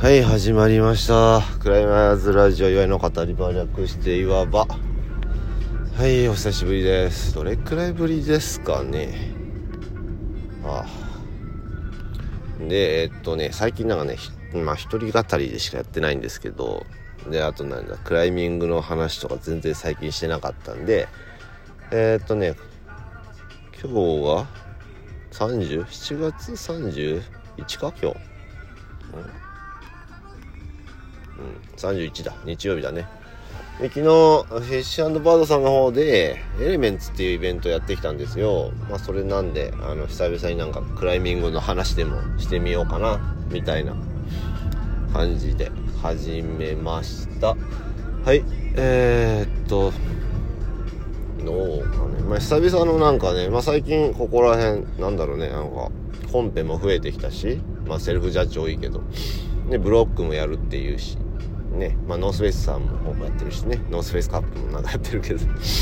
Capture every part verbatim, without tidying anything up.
はい、始まりました。クライマーズラジオ祝いの語り場、略していわば。はい、お久しぶりです。どれくらいぶりですかね。ああで、えっとね、最近なんかね、まあ一人語りでしかやってないんですけど、で、あとなんだ、クライミングの話とか全然最近してなかったんで、えー、っとね、今日が さんじゅう?しち 月さんじゅういちか今日。うんうん、さんじゅういちだ、日曜日だね。で、昨日フィッシュ&バードさんの方でエレメンツっていうイベントやってきたんですよ。まあそれなんであの久々になんかクライミングの話でもしてみようかなみたいな感じで始めました。はい、えー、っとどうかね、まあ久々のなんかね、まあ最近ここら辺なんだろうね、なんかコンペも増えてきたし、まあセルフジャッジ多いけどね、ブロックもやるっていうしね、まあノースフェイスさんもやってるしね、ノースフェイスカップもなんかやってるけど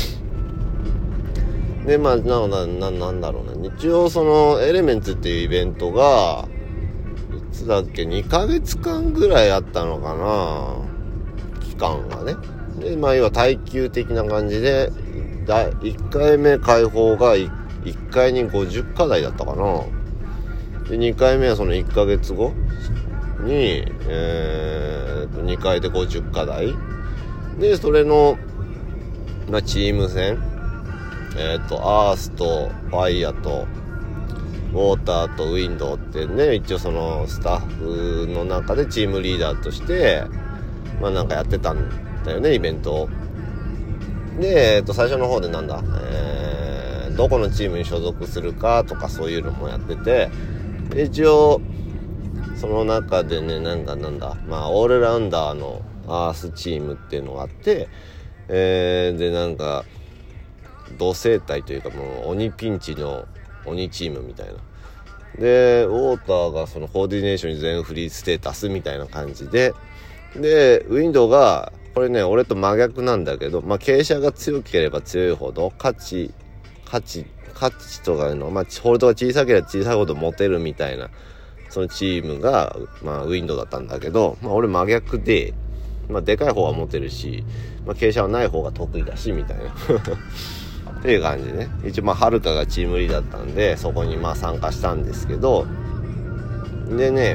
で、まあななななんだろうな、一応そのエレメンツっていうイベントがいつだっけ、にかげつかんぐらいあったのかな、期間がね。で、まあ要は耐久的な感じで、いっかいめ開放が いっかいにごじゅっかだいだったかな。でにかいめはそのいっかげつごに、えー、とにかいでごじゅっかだいで、それの、まあ、チーム戦、えっ、ー、とアースとファイヤとウォーターとウィンドウってね、一応そのスタッフの中でチームリーダーとしてまあなんかやってたんだよね、イベントを。で、えっ、ー、と最初の方でなんだ、えー、どこのチームに所属するかとかそういうのもやってて、一応その中でね、なんかなんだ、まあオールラウンダーのアースチームっていうのがあって、えー、でなんか同生態というか、もう鬼ピンチの鬼チームみたいな。でウォーターがそのコーディネーションに全フリーステータスみたいな感じで、でウィンドウがこれね、俺と真逆なんだけど、まあ傾斜が強ければ強いほど価値価値価値とかの、まあホールドが小さければ小さいほど持てるみたいな、そのチームが、まあ、ウィンドウだったんだけど、まあ、俺真逆で、まあ、でかい方は持てるし、まあ、傾斜はない方が得意だし、みたいな。っていう感じでね。一応、まあ、はるかがチームリーダーだったんで、そこにまあ参加したんですけど、でね、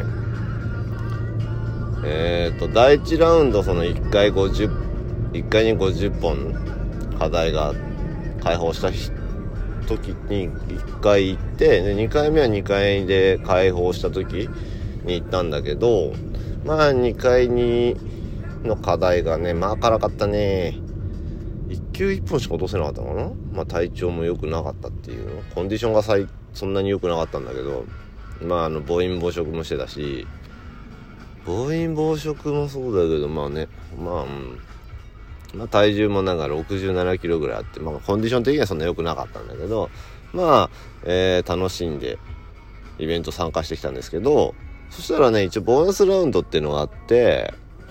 えっと、だいいちラウンド、そのいっかいごじゅう、いっかいにごじゅっぽん課題が開放した人、時にいっかい行って、でにかいめはにかいで開放した時に行ったんだけど、まあにかいにの課題がね、まあ辛かったね。いっきゅういっぽんしか落とせなかったのかな。まあ体調も良くなかったっていうの、コンディションがさいそんなに良くなかったんだけど、まああの暴飲暴食もしてたし、暴飲暴食もそうだけど、まあね、まあ、うんまあ、体重もなんかろくじゅうななキロぐらいあって、まあ、コンディション的にはそんな良くなかったんだけど、まあ、えー、楽しんでイベント参加してきたんですけど、そしたらね、一応ボーナスラウンドっていうのがあって、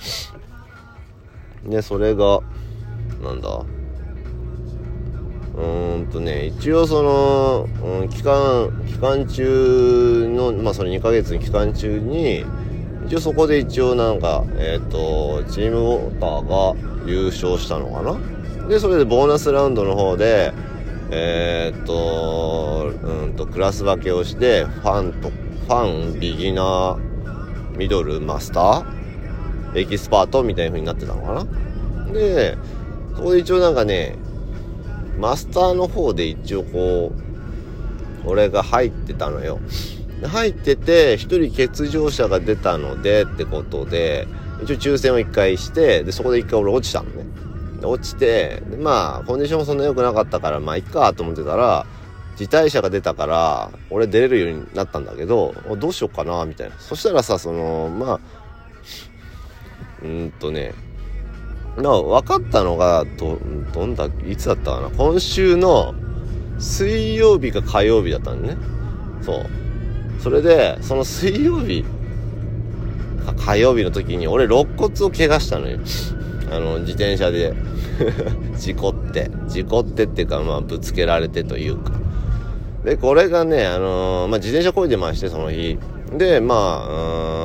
でそれがなんだ、うーんとね、一応その、うん、期間期間中の、まあそのにかげつの期間中に一応そこで一応なんかえっ、ー、とチームウォーターが優勝したのかな。でそれでボーナスラウンドの方でえー、っとうんとクラス分けをして、ファンとファン、ビギナー、ミドル、マスター、エキスパートみたいな風になってたのかな。でそこで一応なんかね、マスターの方で一応こう俺が入ってたのよ。入ってて一人欠場者が出たのでってことで、一応抽選を一回して、でそこで一回俺落ちたのね。で落ちて、でまあコンディションもそんな良くなかったから、まあいっかと思ってたら、辞退者が出たから俺出れるようになったんだけど、どうしようかなみたいな。そしたらさ、そのまあうーんとねまあ分かったのが、どどんだいつだったかな、今週の水曜日か火曜日だったんだね。そうそれでその水曜日か火曜日の時に俺肋骨を怪我したのよ。あの自転車で事故って事故ってっていうか、まあぶつけられてというかで、これがね、あのー、まあ自転車漕いでまして、その日で、まあうー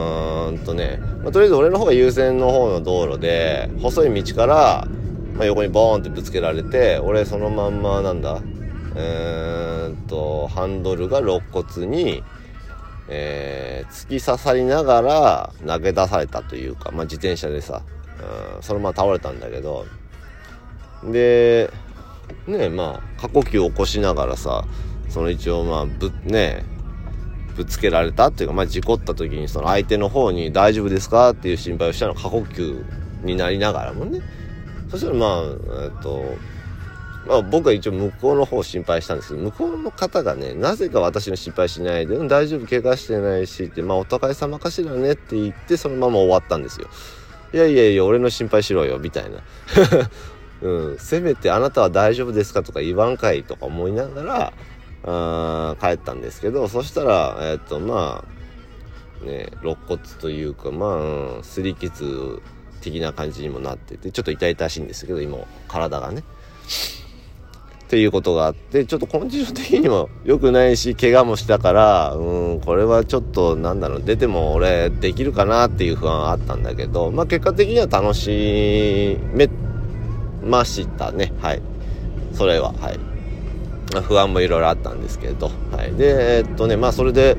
ーんとね、まあ、とりあえず俺の方が優先の方の道路で細い道から、まあ、横にボーンってぶつけられて、俺そのまんまなんだえーんとハンドルが肋骨に、えー、突き刺さりながら投げ出されたというか、まあ、自転車でさ、うん、そのまま倒れたんだけど、でねまあ過呼吸を起こしながらさ、その一応まあぶねぶつけられたっていうか、まあ事故った時にその相手の方に大丈夫ですかっていう心配をしたの、過呼吸になりながらもね。そしたらまあえっとまあ僕は一応向こうの方を心配したんですけど、向こうの方がねなぜか私の心配しないで、うん大丈夫怪我してないしって、まあお互い様かしらねって言ってそのまま終わったんですよ。いやいやいや俺の心配しろよみたいなうん、せめてあなたは大丈夫ですかとか言わんかいとか思いながらあ帰ったんですけど、そしたらえっとまあね肋骨というかまあ、うん、擦り傷的な感じにもなってて、ちょっと痛々しいんですけど今体がねっていうことがあって、ちょっとコンディション的にも良くないし怪我もしたから、うんこれはちょっとなんだろう出ても俺できるかなっていう不安はあったんだけど、まあ結果的には楽しめましたね。はいそれははい、まあ、不安もいろいろあったんですけど、はいでえー、っとねまあそれで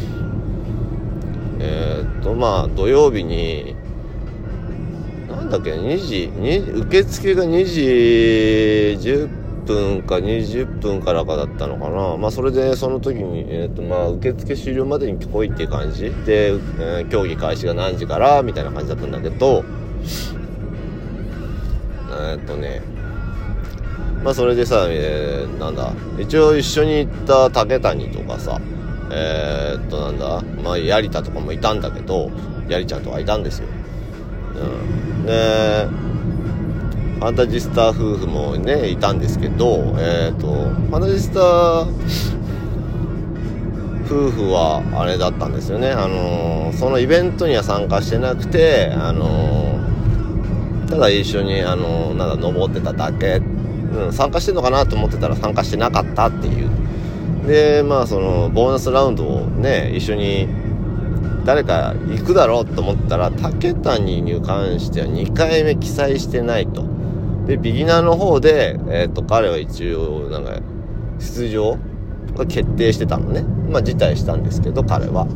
えー、っとまあ土曜日になんだっけにじに受付がにじじゅっぷんかにじゅっぷんからかだったのかな。まあそれでその時にえー、っとまあ受付終了までに来いっていう感じで、えー、競技開始が何時からみたいな感じだったんだけど、えー、っとねまあそれでさ、えー、なんだ一応一緒に行った竹谷とかさえー、っとなんだまあ槍田とかもいたんだけど、槍ちゃんとかいたんですよ、うん、でファンタジスタ夫婦もねいたんですけど、えー、っとファンタジスタ夫婦はあれだったんですよね、あのー、そのイベントには参加してなくて、あのー、ただ一緒に、あのー、なんだ登ってただけ、うん、参加してんのかなと思ってたら参加してなかったっていう。でまあそのボーナスラウンドをね一緒に誰か行くだろうと思ったら、竹谷に関してはにかいめ記載してないと。でビギナーの方で、えー、と彼は一応なんか出場が決定してたのね。まあ辞退したんですけど彼は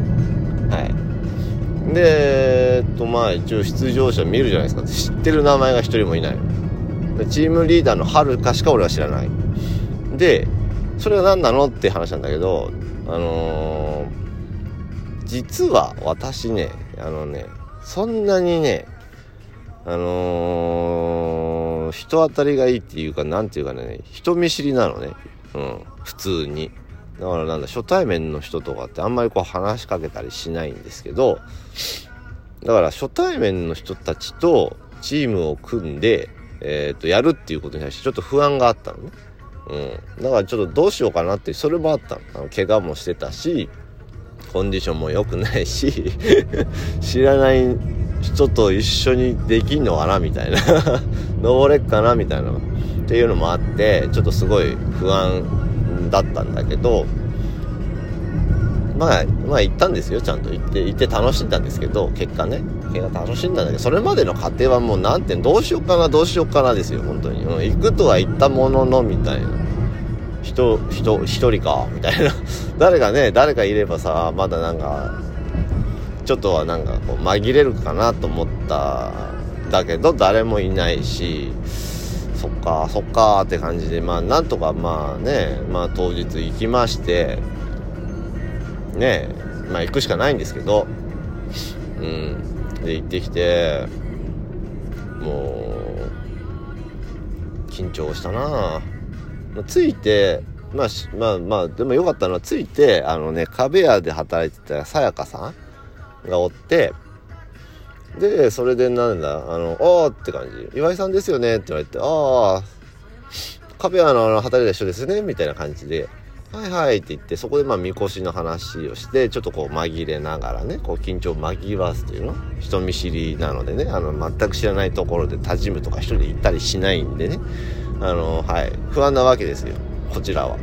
はいでえっとまあ一応出場者見るじゃないですか。知ってる名前が一人もいない。チームリーダーの春かしか俺は知らない。でそれは何なのって話なんだけど、あのー、実は私ねあのねそんなにねあのー、人当たりがいいっていうかなんていうかね人見知りなのね、うん、普通に。だからなんだ初対面の人とかってあんまりこう話しかけたりしないんですけど、だから初対面の人たちとチームを組んで、えー、とやるっていうことに対してちょっと不安があったのね、うん、だからちょっとどうしようかなってそれもあったの。あの怪我もしてたしコンディションも良くないし知らない人と一緒にできんのかなみたいな登れっかなみたいなっていうのもあってちょっとすごい不安だったんだけど、まあまあ行ったんですよ。ちゃんと行って行って楽しんだんですけど、結果ね結果楽しんだんだけど、それまでの過程はもうなんてどうしようかなどうしようかなですよ本当に、うん、行くとは言ったもののみたいな人人一人かみたいな誰かね誰かいればさまだなんかちょっとはなんかこう紛れるかなと思っただけど誰もいないし、そっかそっかって感じでまあなんとかまあねまあ当日行きましてねまあ行くしかないんですけど、うんで行ってきてもう緊張したな。ついてまあまあまあでもよかったのはついてあのね壁屋で働いてたさやかさんがおって、でそれでなんだあのおーって感じ岩井さんですよねって言われて、ああ壁屋の働いてた人ですねみたいな感じではいはいって言って、そこでまあみこしの話をしてちょっとこう紛れながらねこう緊張を紛らわすというの人見知りなのでねあの全く知らないところで立ちむとか一人で行ったりしないんでねあのはい不安なわけですよこちらは。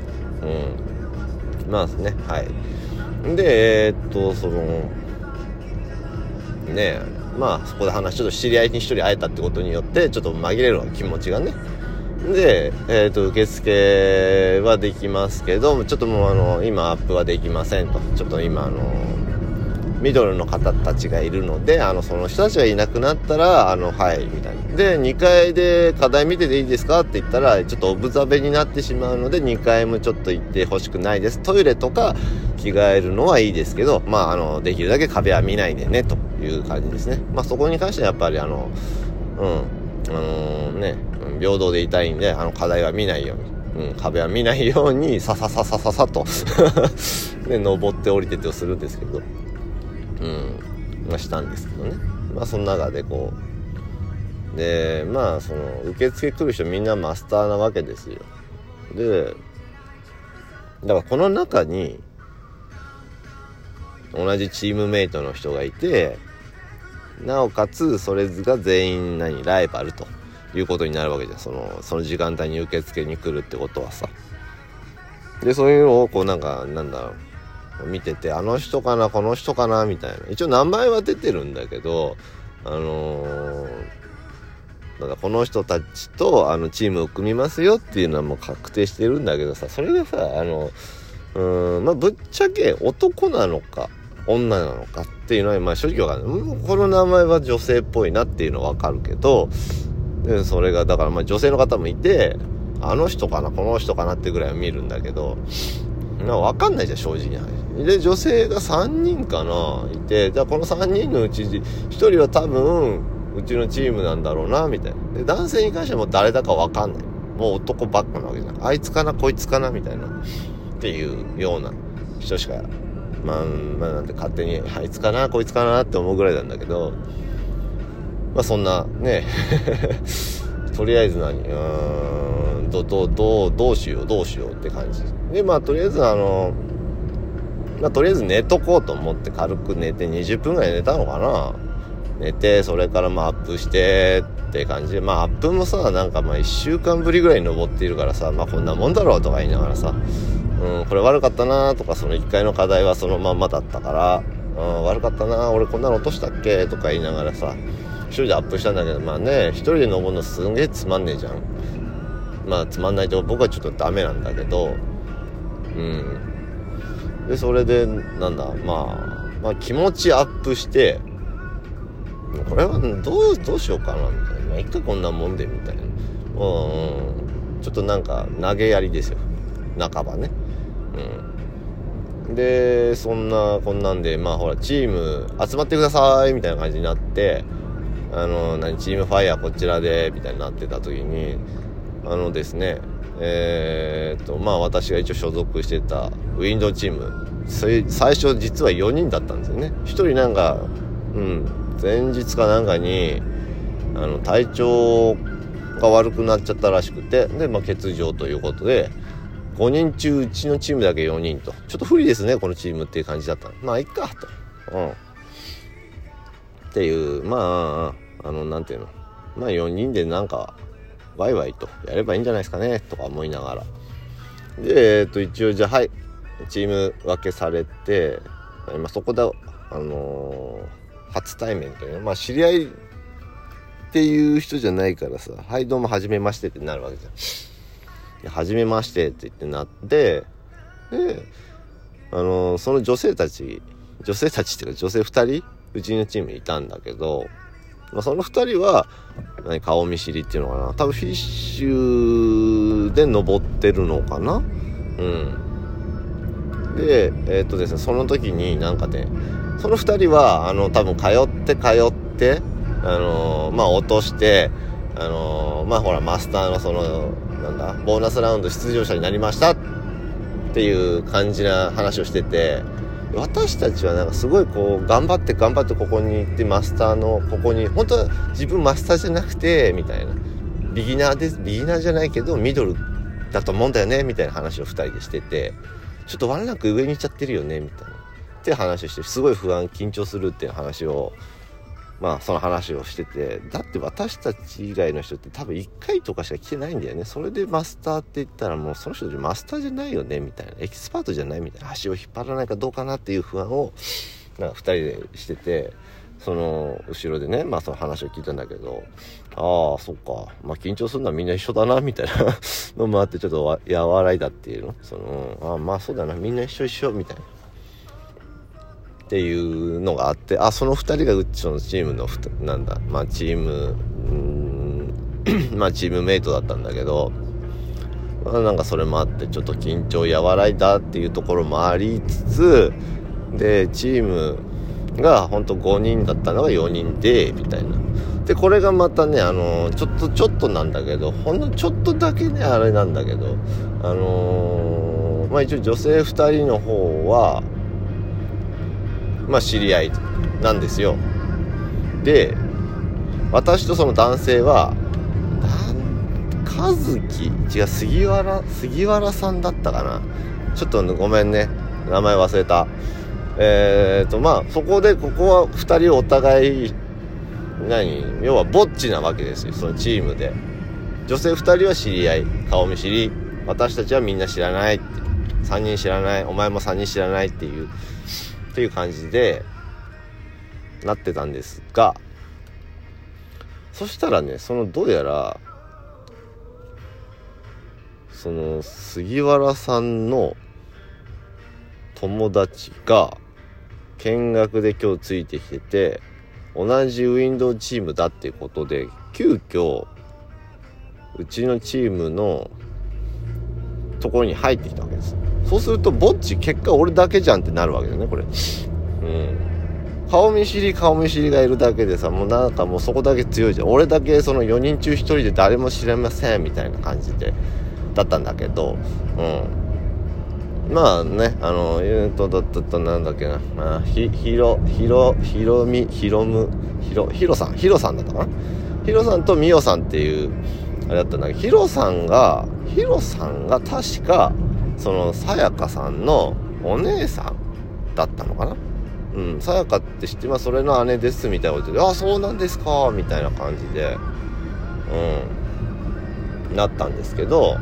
うんまあねはいでえー、っとそのね、まあそこで話ちょっと知り合いに一人会えたってことによってちょっと紛れる気持ちがね。で、えーと、受付はできますけど、ちょっともうあの今アップはできませんと、ちょっと今あのミドルの方たちがいるので、あのその人たちがいなくなったらあのはいみたいな。でにかいで課題見てていいですかって言ったらちょっとオブザベになってしまうのでにかいもちょっと行ってほしくないです。トイレとか着替えるのはいいですけど、まああのできるだけ壁は見ないでねという感じですね。まあそこに関してはやっぱりあのうんあのー、ね平等でいたいんで、あの課題は見ないように、うん、壁は見ないようにささささささとで登って降りててをするんですけど、うんまあしたんですけどね。まあその中でこうでまあその受付来る人みんなマスターなわけですよ。でだからこの中に同じチームメイトの人がいて、なおかつそれが全員何ライバルということになるわけじゃん。そのその時間帯に受付に来るってことはさ。でそういうのをこうなんかなんだろう見てて、あの人かなこの人かなみたいな、一応名前は出てるんだけど、あのー、なんかこの人たちとあのチームを組みますよっていうのはもう確定してるんだけどさ、それがさあのうーんまあぶっちゃけ男なのか女なのかっていうのはまあ正直わかんない。この名前は女性っぽいなっていうのはわかるけど、でそれがだからまあ女性の方もいて、あの人かなこの人かなってぐらいは見るんだけど、わかんないじゃん正直な話で。女性がさんにんかないて、じゃあこのさんにんのうちひとりは多分うちのチームなんだろうなみたいな。で男性に関してはもう誰だかわかんない、もう男ばっかなわけじゃん。あいつかなこいつかなみたいなっていうような人しかまあ、まあなんて勝手にあいつかなこいつかなって思うぐらいなんだけど、まあそんなねとりあえず何うーんどどどうどうしようどうしようって感じで、まあとりあえずあのまあとりあえず寝とこうと思って軽く寝てにじゅっぷんぐらい寝たのかな。寝てそれからまあアップしてって感じで、まあアップもさなんかまあいっしゅうかんぶりぐらいに登っているからさ、まあこんなもんだろうとか言いながらさ、うん、これ悪かったなとか、そのいっかいの課題はそのまんまだったから、うん、悪かったな俺こんなの落としたっけとか言いながらさ一人でアップしたんだけど、まあね一人で登るのすんげえつまんねえじゃん。まあつまんないと僕はちょっとダメなんだけど、うんでそれでなんだまあまあ気持ちアップしてこれはどうどうしようかなみたいな、まあ、いっかこんなもんでみたいな、うん、ちょっとなんか投げやりですよ半ばね。うん、でそんなこんなんでまあほらチーム集まってくださいみたいな感じになって、あの何チームファイヤーこちらでみたいになってた時にあのですねえー、っとまあ私が一応所属してたウィンドウチーム最初実はよにんだったんですよね。ひとりなんかうん前日かなんかにあの体調が悪くなっちゃったらしくて、でまあ欠場ということでごにん中うちのチームだけよにんと、ちょっと不利ですねこのチームっていう感じだったの。まあいっかと、うんっていうまああのなんていうのまあよにんでなんかワイワイとやればいいんじゃないですかねとか思いながらで、えっと一応じゃあはいチーム分けされて、今そこであのー、初対面というのまあ知り合いっていう人じゃないからさ、はいどうも初めましてってなるわけじゃん。初めましてって言ってなって、で、あのー、その女性たち女性たちっていうか女性ふたりうちのチームにいたんだけど、まあ、そのふたりは何顔見知りっていうのかな、多分フィッシュで登ってるのかな。うんでえー、っとですねその時になんかねそのふたりはあの多分通って通ってあのー、まあ落としてあのー、まあほらマスターのそのなんだボーナスラウンド出場者になりましたっていう感じな話をしてて、私たちはなんかすごいこう頑張って頑張ってここに行ってマスターのここに本当は自分マスターじゃなくてみたいなビギナーですビギナーじゃないけどミドルだと思うんだよねみたいな話をふたりでしてて、ちょっとワンランク上に行っちゃってるよねみたいなって話をして、すごい不安緊張するっていう話をまあその話をしてて、だって私たち以外の人って多分いっかいとかしか来てないんだよね。それでマスターって言ったらもうその人たちマスターじゃないよねみたいな、エキスパートじゃないみたいな、足を引っ張らないかどうかなっていう不安をなんかふたりでしてて、 その後ろでね、まあその話を聞いたんだけど、ああそっか、まあ緊張するのはみんな一緒だなみたいなのもあって、ちょっとわ和らいだっていうの、そのああまあそうだな、みんな一緒一緒みたいなっていうのがあって、あそのふたりがうちのチームのなんだまあチームうーんまあチームメイトだったんだけど、まあ、なんかそれもあってちょっと緊張和らいだっていうところもありつつで、チームがほんとごにんだったのがよにんでみたいな。でこれがまたね、あのー、ちょっとちょっとなんだけど、ほんのちょっとだけねあれなんだけど、あのー、まあ一応女性ふたりの方はまあ知り合いなんですよ。で私とその男性は和樹違う杉原杉原さんだったかな、ちょっとごめんね名前忘れた。えーとまあそこでここはふたりお互い何要はぼっちなわけですよ、そのチームで。女性ふたりは知り合い、顔見知り、私たちはみんな知らないって、さんにん知らない、お前もさんにん知らないっていうっていう感じでなってたんですが、そしたらね、そのどうやらその杉原さんの友達が見学で今日ついてきてて、同じウィンドウチームだっていうことで急遽うちのチームのところに入ってきたわけです。そうするとぼっち結果俺だけじゃんってなるわけだよねこれ。うん顔見知り顔見知りがいるだけでさ、もうなんかもうそこだけ強いじゃん。俺だけそのよにん中ひとりで誰も知れませんみたいな感じでだったんだけど、うんまあね、あのえーととととなんだっけな、あひひろひろひろみひろむひろひろさんひろさんだったかな、ひろさんとみおさんっていうあれだったんだけど、ひろさんがひろさんが確かそのさやかさんのお姉さんだったのかな。うん、さやかって知ってます、それの姉ですみたいなことで、あそうなんですかみたいな感じでうんなったんですけど、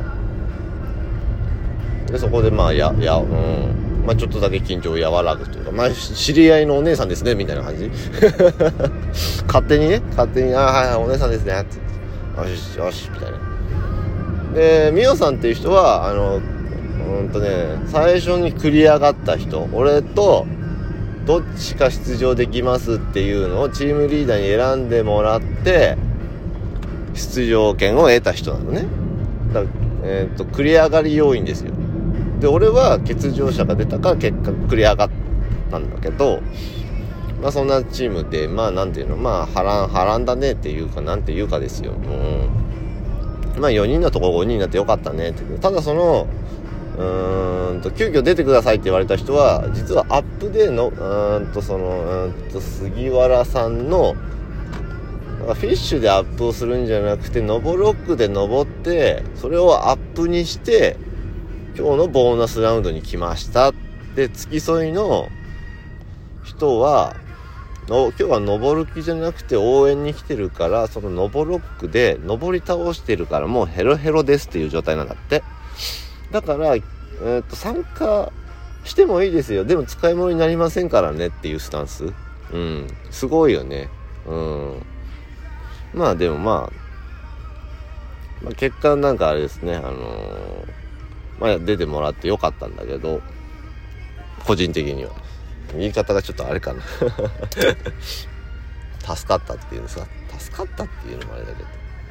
でそこでまあややうんまあちょっとだけ緊張を和らぐというか、まあ知り合いのお姉さんですねみたいな感じ勝手にね勝手にあはいはいお姉さんですねってよしよしみたいな。でみおさんっていう人はあのうんとね最初に繰り上がった人、俺とどっちか出場できますっていうのをチームリーダーに選んでもらって出場権を得た人なのね。だから、えーと、繰り上がり要員ですよ。で俺は欠場者が出たから結果繰り上がったんだけど、まあそんなチームでまあなんていうのまあ波乱波乱だねっていうかなんていうかですよ。うん、まあよにんのところごにんになってよかったねって。ただそのうーんと急遽出てくださいって言われた人は実はアップでのうーんとそのうーんと杉原さんのフィッシュでアップをするんじゃなくてノボロックで登ってそれをアップにして今日のボーナスラウンドに来ましたで、付き添いの人はの今日は登る気じゃなくて応援に来てるから、そのノボロックで登り倒してるからもうヘロヘロですっていう状態なんだって。だから、えー、と参加してもいいですよ、でも使い物になりませんからねっていうスタンス。うんすごいよね。うんまあでもまあ、まあ、結果なんかあれですね、あのー、まあ出てもらってよかったんだけど、個人的には言い方がちょっとあれかな助かったっていうのさ助かったっていうのもあれだけど、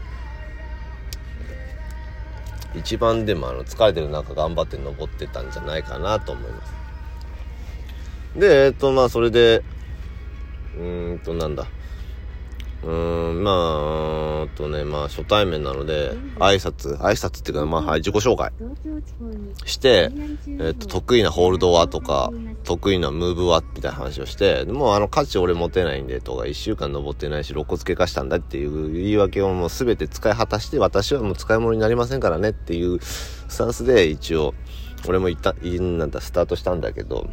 一番でもあの疲れてる中頑張って登ってたんじゃないかなと思います。でえっとまあそれでうーんとなんだうーんまああとねまあ初対面なので挨拶挨拶っていうかまあはい自己紹介して、えっと得意なホールドはとか得意なムーブはみたいな話をして、もうあの価値俺持てないんでとかいっしゅうかん登ってないし肋骨怪我したんだっていう言い訳をもう全て使い果たして、私はもう使い物になりませんからねっていうスタンスで一応俺も言ったなんだスタートしたんだけど、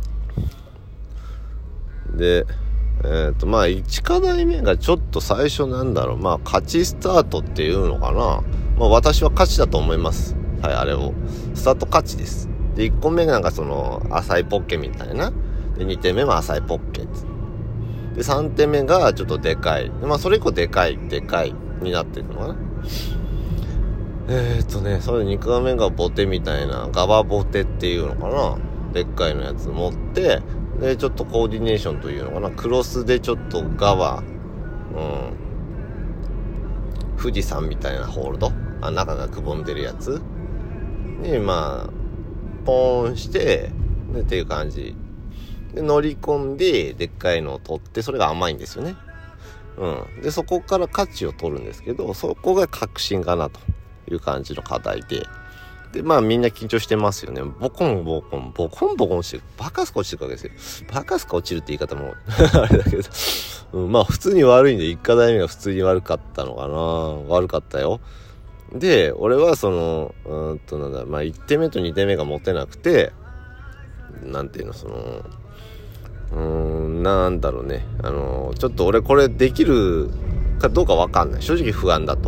でえーとまあいち課題目がちょっと最初なんだろうまあ勝ちスタートっていうのかな、まあ私は勝ちだと思います。はいあれをスタート勝ちです。でいっこめがなんかその浅いポッケみたいなでにてんめも浅いポッケでさんてんめがちょっとでかい、まあそれ以降でかいでかいになってるのかな。えーっとねそれにかいめがボテみたいなガバボテっていうのかな、でっかいのやつ持って、でちょっとコーディネーションというのかな、クロスでちょっとガバ、うん、富士山みたいなホールド、あ中がくぼんでるやつにまあポーンしてでっていう感じで乗り込んででっかいのを取って、それが甘いんですよね。うん、でそこから価値を取るんですけど、そこが確信かなという感じの課題で、でまあみんな緊張してますよね。ボコンボコンボコンボコンしてバカスカ落ちてるわけですよ。バカスカ落ちるって言い方もあれだけど、うん、まあ普通に悪いんでいっかだいめが普通に悪かったのかな、悪かったよ。で俺はそのうーんとなんだまあいってんめとにてんめが持てなくて、なんていうのそのうーんなんだろうね、あのちょっと俺これできるかどうかわかんない、正直不安だと。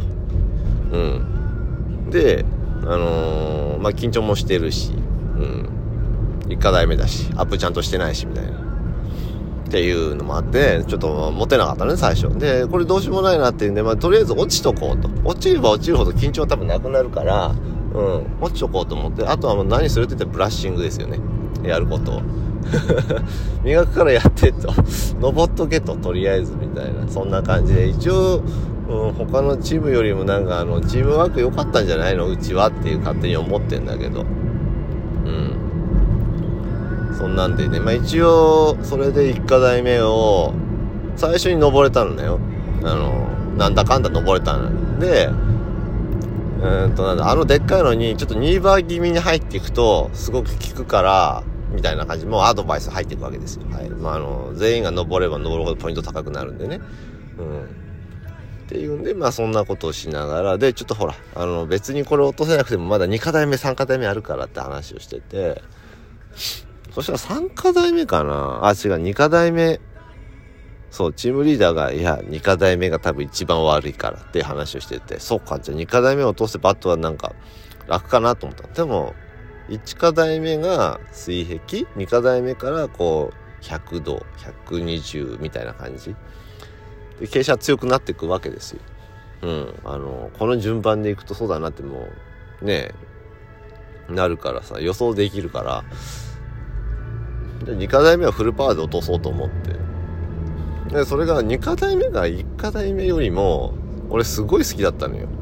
うんであのー、まあ緊張もしてるし、うんいっかだいめだしアップちゃんとしてないしみたいなっていうのもあってちょっと持てなかったね最初で。これどうしようもないなっていうんで、まあとりあえず落ちとこうと、落ちれば落ちるほど緊張は多分なくなるから、うん落ちとこうと思って、あとはもう何するって言ってブラッシングですよね、やることを磨くからやってと登っとけととりあえずみたいな、そんな感じで一応、うん、他のチームよりもなんかあのチームワーク良かったんじゃないのうちはっていう勝手に思ってんだけど、うんそんなんでね、まあ一応それでいっかだいめを最初に登れたのだよ。あのなんだかんだ登れたので、うーんとなんだあのでっかいのにちょっとにバー気味に入っていくとすごく効くからみたいな感じ、もうアドバイス入っていくわけですよ。はい。まああの全員が登れば登るほどポイント高くなるんでね。うんっていうんでまあそんなことをしながらでちょっとほらあの別にこれ落とせなくてもまだにかだいめさんかだいめあるからって話をしてて、そしたらさんかだいめかなあ違うにかだいめ、そうチームリーダーがいやにかだいめが多分一番悪いからって話をしてて、そうかじゃあにかだいめを落とせばあとはなんか楽かなと思った。でもいちかだいめが水壁、にかだいめからこうひゃくどひゃくにじゅうみたいな感じで傾斜強くなっていくわけですよ。うんあのこの順番でいくとそうだなってもうねなるからさ予想できるから、でにかだいめはフルパワーで落とそうと思って、でそれがにかだいめがいっかだいめよりも俺すごい好きだったのよ。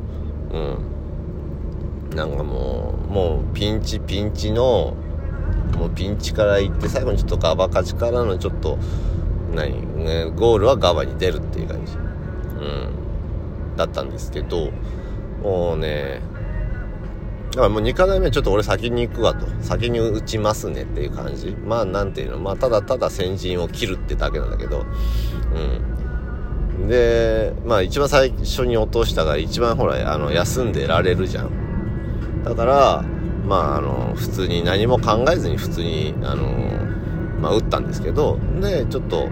うんなんかもうもうピンチピンチのもうピンチから行って最後にちょっとガバ勝ちからのちょっと何、ね、ゴールはガバに出るっていう感じ、うんだったんですけど、もうねだからもうにかだいめちょっと俺先に行くわと、先に打ちますねっていう感じ。まあなんていうのまあただただ先陣を切るってだけなんだけど、うんでまあ一番最初に落としたが一番ほらあの休んでられるじゃん。だからまああの普通に何も考えずに普通にあのまあ打ったんですけど、でちょっと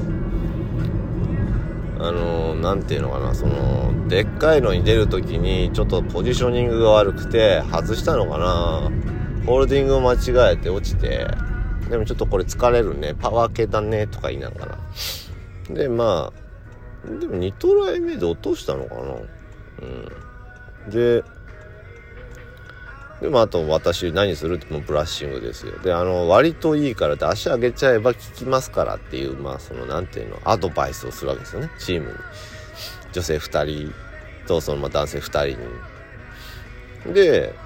あのなんていうのかなそのでっかいのに出るときにちょっとポジショニングが悪くて外したのかな、ホールディングを間違えて落ちて、でもちょっとこれ疲れるねパワー系だねとか言いながらでまあでもにトライ目で落としたのかな、うんででもあと私何するってもうブラッシングですよ。であの割といいからって足上げちゃえば効きますからっていうまあそのなんていうのアドバイスをするわけですよねチームに、女性ふたりとそのまあ男性ふたりに。で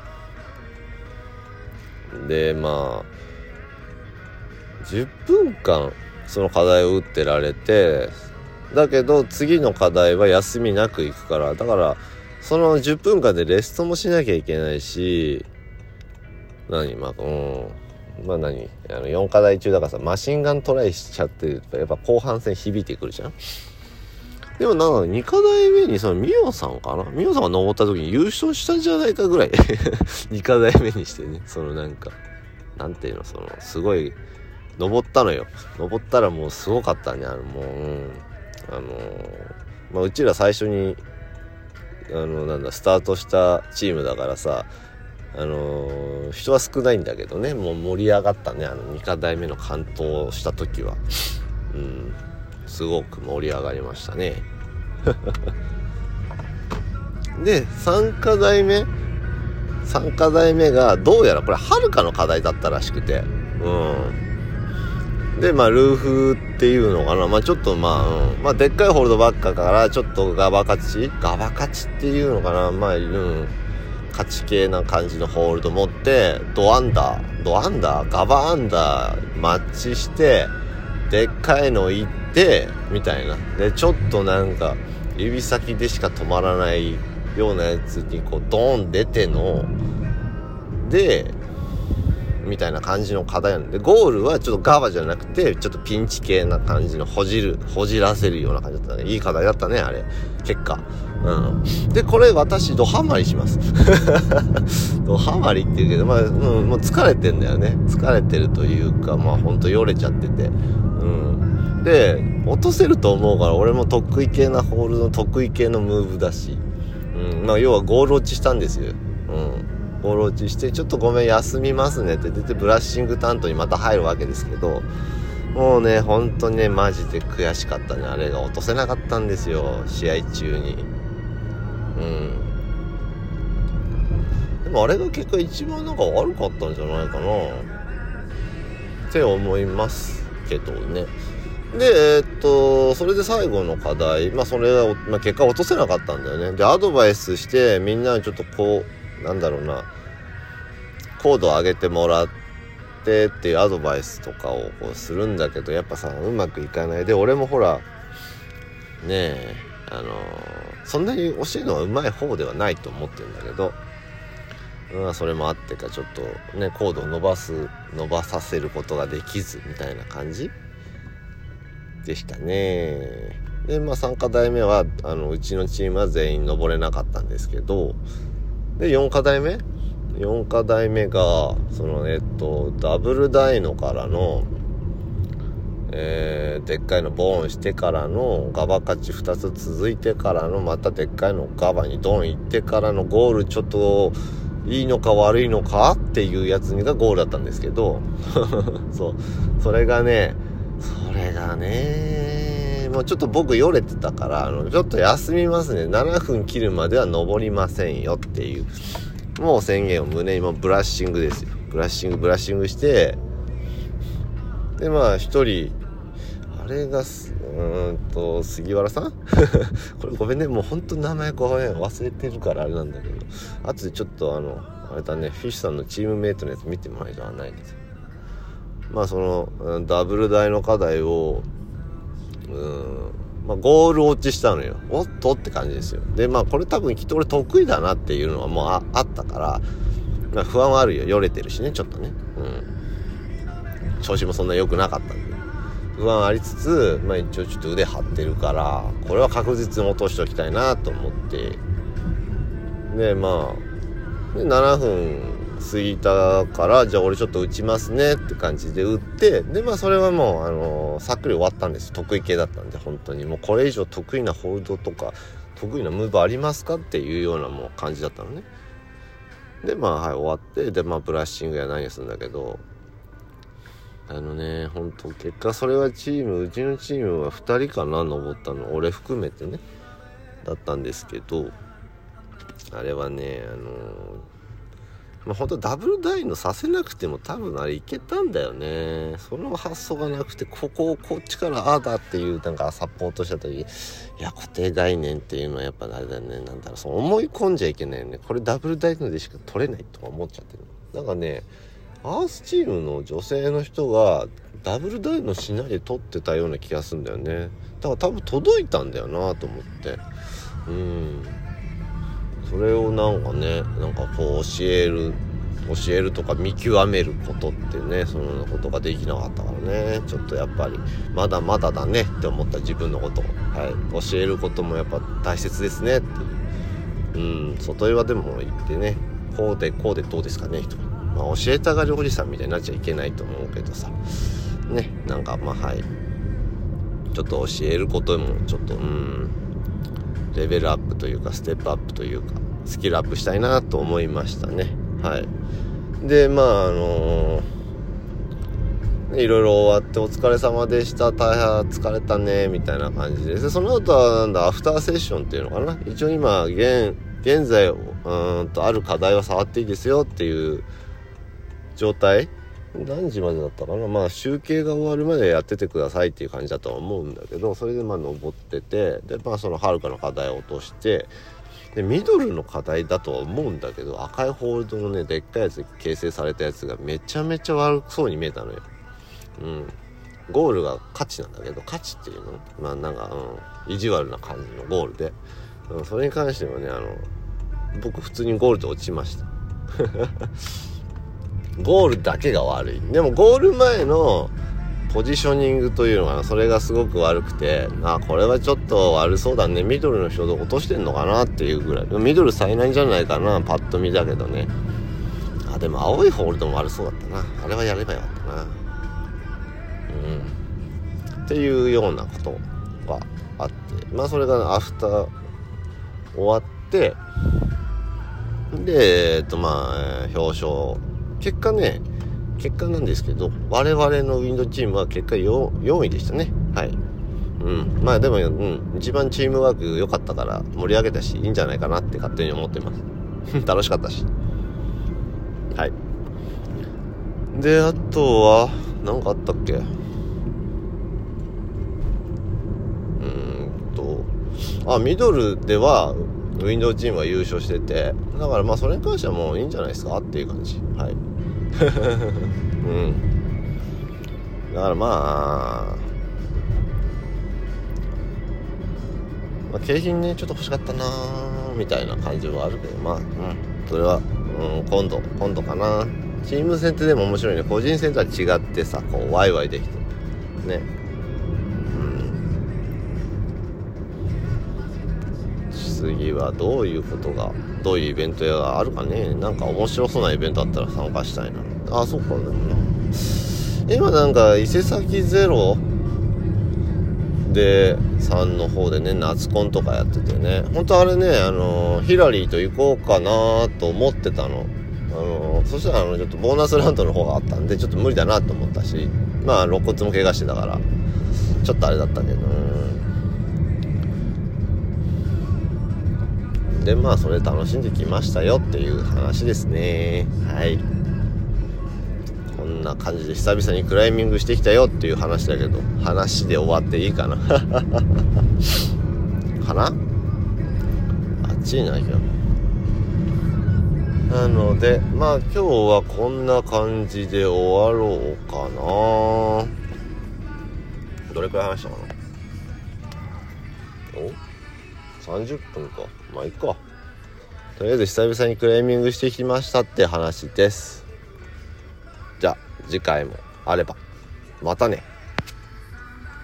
でまあじゅっぷんかんその課題を打ってられて、だけど次の課題は休みなく行くから、だからそのじゅっぷんかんでレストもしなきゃいけないし、何まあうんまあ何あのよん課題中だからさマシンガントライしちゃってやっぱ後半戦響いてくるじゃん。でもなんかに課題目にそのミオさんかなミオさんが登った時に優勝したんじゃないかぐらいに課題目にしてね、そのなんかなんていうのそのすごい登ったのよ。登ったらもうすごかったね。あのもう、うん、あのまあうちら最初にあのなんだスタートしたチームだからさ、あのー、人は少ないんだけどね、もう盛り上がったねあのに課題目の完登した時は、うん、 すごく盛り上がりましたねでさん課題目さん課題目がどうやらこれはるかの課題だったらしくて、うんでまあルーフっていうのかな、まあちょっとまあ、うん、まあでっかいホールドばっかからちょっとガバ勝ちガバ勝ちっていうのかな、まあうん勝ち系な感じのホールド持ってドアンダードアンダーガバアンダーマッチしてでっかいの行ってみたいなでちょっとなんか指先でしか止まらないようなやつにこうドーン出てのでみたいな感じの課題なんで、ゴールはちょっとガバじゃなくてちょっとピンチ系な感じのほじるほじらせるような感じだったね。いい課題だったねあれ結果。うんでこれ私ドハマりしますドハマりっていうけどまあ、うん、もう疲れてんだよね。疲れてるというかまあほんとよれちゃってて、うんで落とせると思うから俺も得意系なホールの得意系のムーブだし、うんまあ要はゴール落ちしたんですよ。うんゴール落ちしてちょっとごめん休みますねって出てブラッシング担当にまた入るわけですけど、もうね本当にねマジで悔しかったね。あれが落とせなかったんですよ試合中に。うんでもあれが結果一番なんか悪かったんじゃないかなって思いますけどね。でえー、っとそれで最後の課題まあそれは、まあ、結果落とせなかったんだよね。でアドバイスしてみんなにちょっとこうなんだろうな高度を上げてもらってっていうアドバイスとかをこうするんだけどやっぱさうまくいかないで俺もほらねえあのー、そんなに教えるのはうまい方ではないと思ってるんだけど、うん、それもあってかちょっとね高度を伸ばす伸ばさせることができずみたいな感じでしたね。でまあさん課題目はあのうちのチームは全員登れなかったんですけどでよん課題目よん課題目がそのえっとダブルダイノからの、えー、でっかいのボーンしてからのガバ勝ちふたつ続いてからのまたでっかいのガバにドン行ってからのゴールちょっといいのか悪いのかっていうやつがゴールだったんですけどそうそれがねそれがねもうちょっと僕よれてたからあのちょっと休みますねななふん切るまでは登りませんよっていうもう宣言を胸にもブラッシングですよ。ブラッシングブラッシングしてでまあ一人あれがすうーんと杉原さんこれごめんねもうほんと名前ごめん忘れてるからあれなんだけど後でちょっとあのあれだねフィッシュさんのチームメイトのやつ見てもらいとはないけどまあそのダブル大の課題をうーんまあ、ゴール落ちしたのよ。おっとって感じですよ。でまあこれ多分きっと俺得意だなっていうのはもう あ, あったから、まあ、不安はあるよ。よれてるしねちょっとね、うん、調子もそんな良くなかったんで不安ありつつ、まあ、一応ちょっと腕張ってるからこれは確実に落としておきたいなと思ってでまあでななふん過ぎたからじゃあ俺ちょっと打ちますねって感じで打ってでまあそれはもうあのー、さっくり終わったんです。得意系だったんで本当にもうこれ以上得意なホールドとか得意なムーブありますかっていうようなもう感じだったのね。でまあはい終わってでまあブラッシングや何するんだけどあのね本当結果それはチームうちのチームはふたりかな登ったの俺含めてねだったんですけどあれはねあのーまあ、本当ダブルダイのさせなくても多分あれいけたんだよね。その発想がなくてここをこっちからああだっていうなんかサポートした時いや固定概念っていうのはやっぱあれだよねなんだろうそう思い込んじゃいけないよね。これダブルダイのでしか取れないとか思っちゃってる。なんかねアースチームの女性の人がダブルダイのしないで取ってたような気がするんだよね。だから多分届いたんだよなと思ってうんそれをなんかねなんかこう教える教えるとか見極めることってねそのことができなかったからねちょっとやっぱりまだまだだねって思った自分のことを、はい、教えることもやっぱ大切ですねっていううん外岩でも言ってねこうでこうでどうですかねとか、まあ、教えたがりおじさんみたいになっちゃいけないと思うけどさねなんかまあはいちょっと教えることもちょっとうんレベルアップというかステップアップというかスキルアップしたいなと思いましたね。はいでまああのー、 いろいろ終わってお疲れ様でした、大変疲れたねみたいな感じで、でその後はなんだアフターセッションっていうのかな、一応今現現在うーんとある課題は触っていいですよっていう状態、何時までだったかな、まあ集計が終わるまでやっててくださいっていう感じだとは思うんだけど、それでまあ登ってて、でまあそのはるかの課題を落として、でミドルの課題だとは思うんだけど、赤いホールドのねでっかいやつで形成されたやつがめちゃめちゃ悪そうに見えたのよ。うん、ゴールが価値なんだけど、価値っていうのまあなんか、うん、意地悪な感じのゴールで、うん、それに関してはねあの僕普通にゴールで落ちましたゴールだけが悪い。でもゴール前のポジショニングというのはそれがすごく悪くて、あこれはちょっと悪そうだね、ミドルの人で落としてんのかなっていうぐらい、ミドル最難じゃないかなパッと見だけどね。あでも青いホールドも悪そうだったな、あれはやればよかったな。うんっていうようなことがあって、まあそれがアフター終わって、でえっとまあ表彰結果ね結果なんですけど、我々のウィンドチームは結果 4, よんいでしたね。はい。うん。まあでも、うん、一番チームワーク良かったから盛り上げたしいいんじゃないかなって勝手に思ってます楽しかったし。はい。であとは何かあったっけ。うーんとあミドルではウィンドウチームは優勝してて、だからまあそれに関してはもういいんじゃないですかっていう感じ。はいうんだからまあ、まあ、景品ねちょっと欲しかったなみたいな感じはあるけど、まあ、うん、それは、うん、今度今度かな。チーム戦ってでも面白いね。個人戦とは違ってさ、こうワイワイできてね。次はどういうことがどういうイベントがあるかね。なんか面白そうなイベントあったら参加したいな。あそうかでもな今なんか伊勢崎ゼロでさんの方でね夏コンとかやっててね、本当あれねあのヒラリーと行こうかなと思ってたの。あのそしたらあのちょっとボーナスラウンドの方があったんでちょっと無理だなと思ったし、まあ肋骨も怪我してたからちょっとあれだったけど、でまあそれ楽しんできましたよっていう話ですね。はい、こんな感じで久々にクライミングしてきたよっていう話だけど、話で終わっていいかなかな。あっちにないけど、なのでまあ今日はこんな感じで終わろうかな。どれくらい話したかな。おさんじゅっぷんか。まあいいか。とりあえず久々にクライミングしてきましたって話です。じゃあ次回もあればまたね。